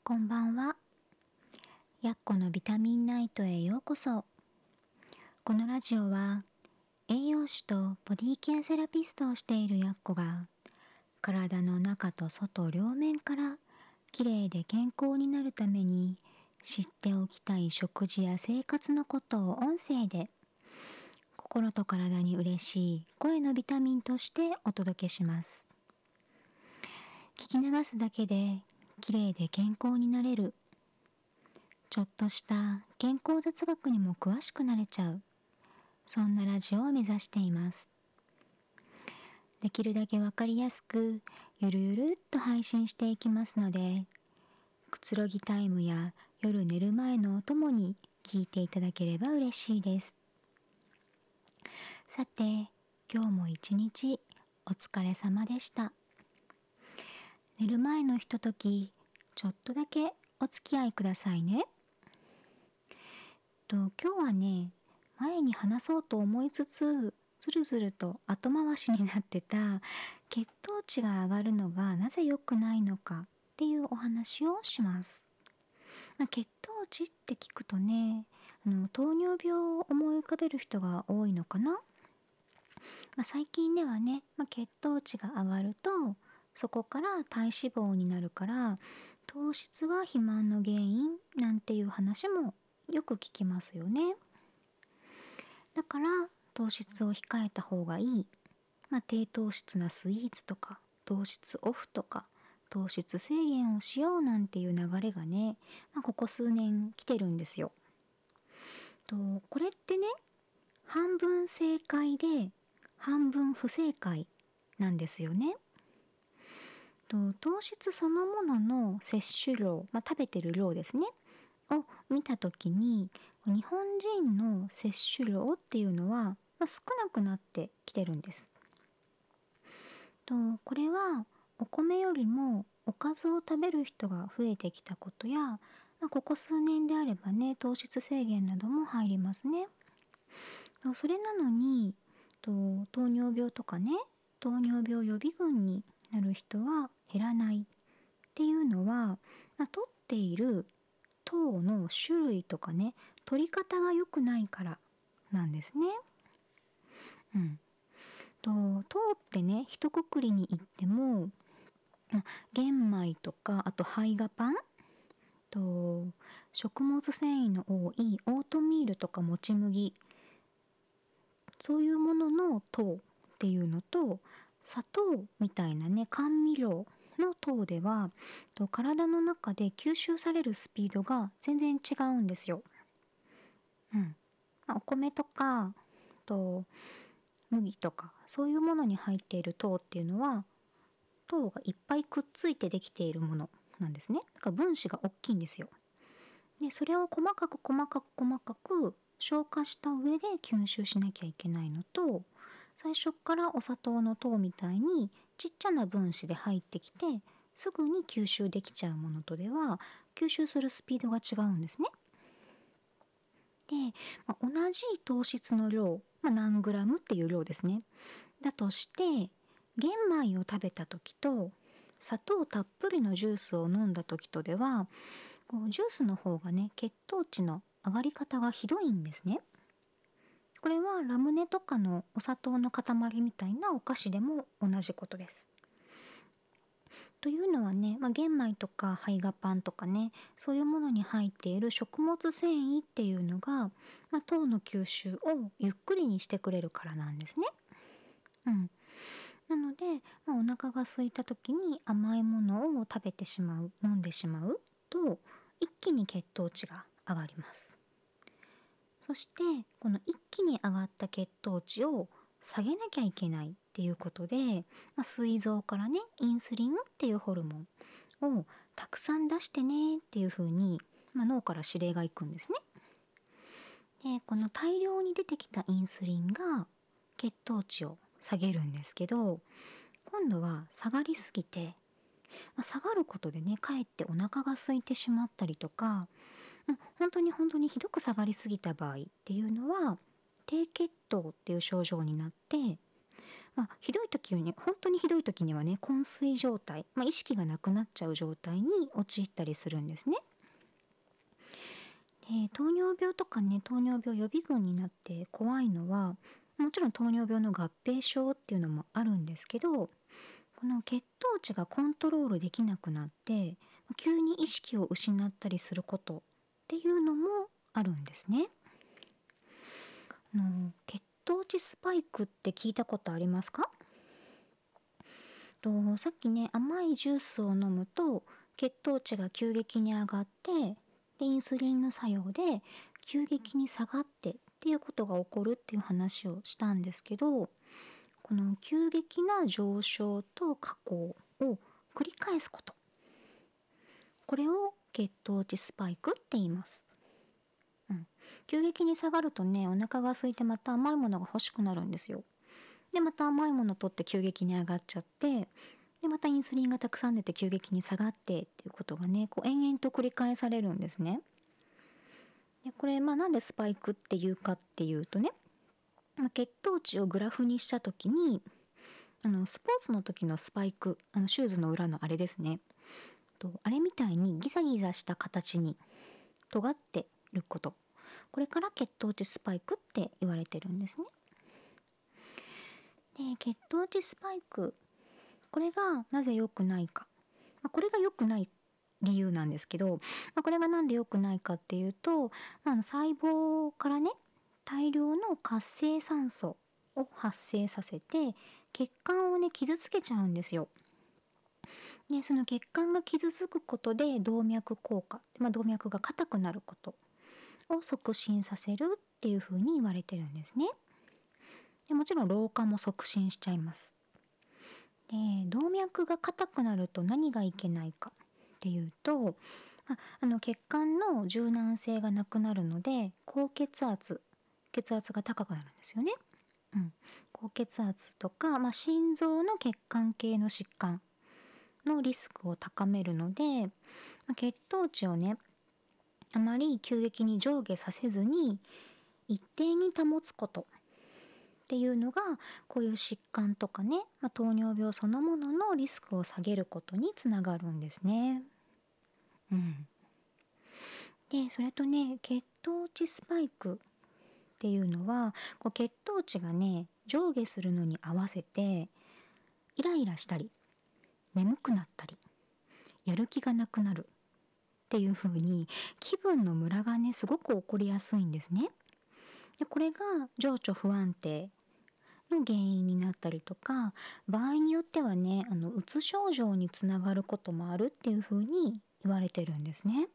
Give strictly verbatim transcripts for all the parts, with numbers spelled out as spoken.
こんばんは。やっこのビタミンナイトへようこそ。このラジオは栄養士とボディケアセラピストをしているやっこが体の中と外両面からきれいで健康になるために知っておきたい食事や生活のことを音声で心と体に嬉しい声のビタミンとしてお届けします。聞き流すだけできれいで健康になれる、ちょっとした健康雑学にも詳しくなれちゃう、そんなラジオを目指しています。できるだけわかりやすくゆるゆるっと配信していきますので、くつろぎタイムや夜寝る前のお供に聞いていただければ嬉しいです。さて、今日も一日お疲れ様でした。寝る前のひととき、ちょっとだけお付き合いくださいね。と今日はね、前に話そうと思いつつずるずると後回しになってた血糖値が上がるのがなぜ良くないのかっていうお話をします。まあ、血糖値って聞くとね、あの糖尿病を思い浮かべる人が多いのかな。まあ、最近ではね、まあ、血糖値が上がるとそこから体脂肪になるから糖質は肥満の原因なんていう話もよく聞きますよね。だから糖質を控えた方がいい、まあ、低糖質なスイーツとか糖質オフとか糖質制限をしようなんていう流れがね、まあ、ここ数年来てるんですよ。とこれってね、半分正解で半分不正解なんですよね。と糖質そのものの摂取量、まあ、食べてる量ですねを見た時に、日本人の摂取量っていうのは、まあ、少なくなってきてるんです。とこれはお米よりもおかずを食べる人が増えてきたことや、まあ、ここ数年であればね、糖質制限なども入りますね。とそれなのにと糖尿病とかね、糖尿病予備軍になる人は減らないっていうのは、まあ、取っている糖の種類とかね、取り方が良くないからなんですね。うん。と糖ってね、一括りに言っても、ま玄米とか、あと胚芽パンと食物繊維の多いオートミールとかもち麦、そういうものの糖っていうのと、砂糖みたいなね、甘味料の糖ではと体の中で吸収されるスピードが全然違うんですよ。うんまあ、お米とかと麦とかそういうものに入っている糖っていうのは糖がいっぱいくっついてできているものなんですね。だから分子が大きいんですよ。でそれを細かく細かく細かく消化した上で吸収しなきゃいけないのと、最初からお砂糖の糖みたいにちっちゃな分子で入ってきてすぐに吸収できちゃうものとでは吸収するスピードが違うんですね。で、まあ、同じ糖質の量、まあ、何グラムっていう量ですね。だとして玄米を食べた時と砂糖たっぷりのジュースを飲んだ時とでは、こうジュースの方がね、血糖値の上がり方がひどいんですね。これはラムネとかのお砂糖の塊みたいなお菓子でも同じことです。というのはね、まあ、玄米とか胚芽パンとかね、そういうものに入っている食物繊維っていうのが、まあ、糖の吸収をゆっくりにしてくれるからなんですね。うん、なので、まあ、お腹が空いた時に甘いものを食べてしまう、飲んでしまうと一気に血糖値が上がります。そしてこの一気に上がった血糖値を下げなきゃいけないっていうことで、まあ、膵臓からね、インスリンっていうホルモンをたくさん出してねっていう風に、まあ、脳から指令がいくんですね。でこの大量に出てきたインスリンが血糖値を下げるんですけど、今度は下がりすぎて、まあ、下がることでね、かえってお腹が空いてしまったりとか、うん、本当に本当にひどく下がりすぎた場合っていうのは低血糖っていう症状になって、 まあ、ひどい時に本当にひどい時にはね昏睡状態、まあ、意識がなくなっちゃう状態に陥ったりするんですね。で糖尿病とかね糖尿病予備軍になって怖いのはもちろん糖尿病の合併症っていうのもあるんですけど、この血糖値がコントロールできなくなって急に意識を失ったりすることっていうのもあるんですね。あの血糖値スパイクって聞いたことありますか？とさっきね甘いジュースを飲むと血糖値が急激に上がってでインスリンの作用で急激に下がってっていうことが起こるっていう話をしたんですけど、この急激な上昇と下降を繰り返すこと、これを血糖値スパイクって言います。うん、急激に下がるとねお腹が空いてまた甘いものが欲しくなるんですよ。でまた甘いもの取って急激に上がっちゃってでまたインスリンがたくさん出て急激に下がってっていうことがねこう延々と繰り返されるんですね。でこれまあなんでスパイクっていうかっていうとね、まあ、血糖値をグラフにした時にあのスポーツの時のスパイク、あのシューズの裏のあれですね、とあれみたいにギザギザした形に尖ってること、これから血糖値スパイクって言われてるんですね。で血糖値スパイク、これがなぜ良くないか、まあ、これが良くない理由なんですけど、まあ、これがなんで良くないかっていうと、まあ、あの細胞からね大量の活性酸素を発生させて血管をね傷つけちゃうんですよ。でその血管が傷つくことで動脈硬化、まあ、動脈が硬くなることを促進させるっていうふうに言われてるんですね。でもちろん老化も促進しちゃいます。で動脈が硬くなると何がいけないかっていうと、まあ、あの血管の柔軟性がなくなるので高血圧、血圧が高くなるんですよね。うん、高血圧とか、まあ、心臓の血管系の疾患のリスクを高めるので、まあ、血糖値をねあまり急激に上下させずに一定に保つことっていうのがこういう疾患とかね、まあ、糖尿病そのもののリスクを下げることにつながるんですね。うん、でそれとね血糖値スパイクっていうのはこう血糖値がね上下するのに合わせてイライラしたり眠くなったりやる気がなくなるっていう風に気分のムラがねすごく起こりやすいんですね。でこれが情緒不安定の原因になったりとか、場合によってはねあのうつ症状につながることもあるっていう風に言われてるんですね。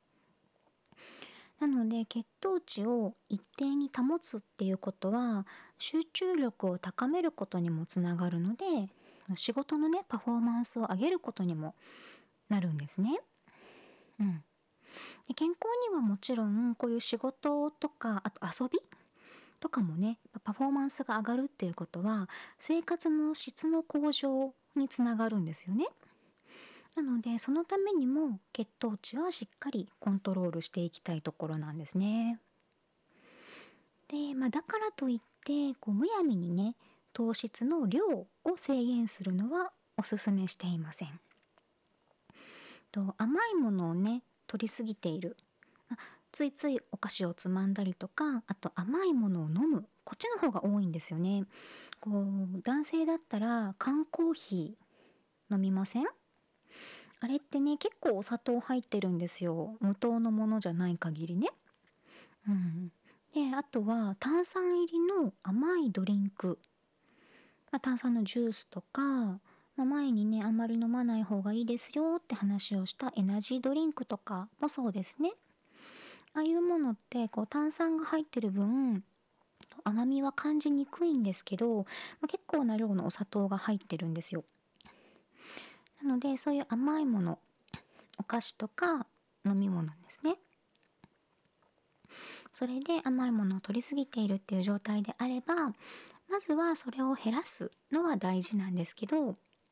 なので血糖値を一定に保つっていうことは集中力を高めることにもつながるので仕事のねパフォーマンスを上げることにもなるんですね。うん、で健康にはもちろんこういう仕事とかあと遊びとかもねパフォーマンスが上がるっていうことは生活の質の向上につながるんですよね。なのでそのためにも血糖値はしっかりコントロールしていきたいところなんですね。で、まあ、だからといってこうむやみにね糖質の量を制限するのはおすすめしていません。と甘いものをね取りすぎている、まあ、ついついお菓子をつまんだりとかあと甘いものを飲む、こっちの方が多いんですよね。こう男性だったら缶コーヒー飲みません？あれってね結構お砂糖入ってるんですよ、無糖のものじゃない限りね。うん、であとは炭酸入りの甘いドリンク、まあ、炭酸のジュースとか、まあ、前にねあんまり飲まない方がいいですよって話をしたエナジードリンクとかもそうですね。ああいうものってこう炭酸が入ってる分甘みは感じにくいんですけど、まあ、結構な量のお砂糖が入ってるんですよ。なのでそういう甘いもの、お菓子とか飲み物ですね、それで甘いものを取りすぎているっていう状態であればまずはそれを減らすのは大事なんですけど、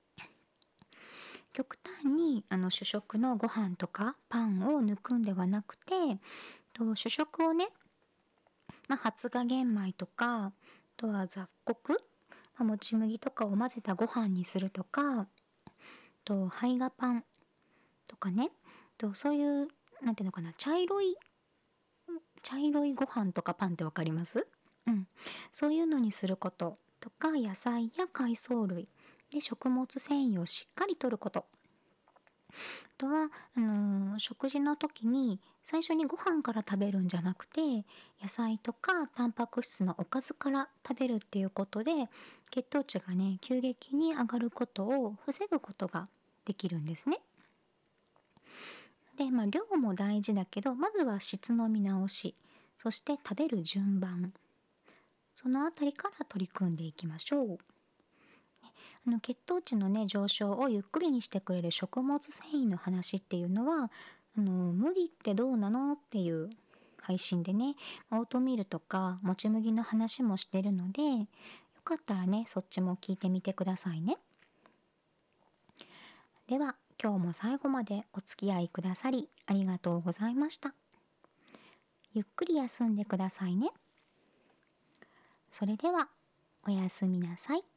極端にあの主食のご飯とかパンを抜くんではなくて、と主食をね、まあ、発芽玄米とかあとは雑穀、 まあ、もち麦とかを混ぜたご飯にするとか、と胚芽パンとかね、とそういうなんていうのかな、茶色い茶色いご飯とかパンってわかります？うん、そういうのにすることとか、野菜や海藻類で食物繊維をしっかりとること。あとはあのー食事の時に最初にご飯から食べるんじゃなくて、野菜とかタンパク質のおかずから食べるっていうことで、血糖値がね急激に上がることを防ぐことができるんですね。で、まあ、量も大事だけど、まずは質の見直し、そして食べる順番、そのあたりから取り組んでいきましょう。あの血糖値のね上昇をゆっくりにしてくれる食物繊維の話っていうのは、あの麦ってどうなのっていう配信でね、オートミールとかもち麦の話もしてるので、よかったらねそっちも聞いてみてくださいね。では今日も最後までお付き合いくださりありがとうございました。ゆっくり休んでくださいね。それではおやすみなさい。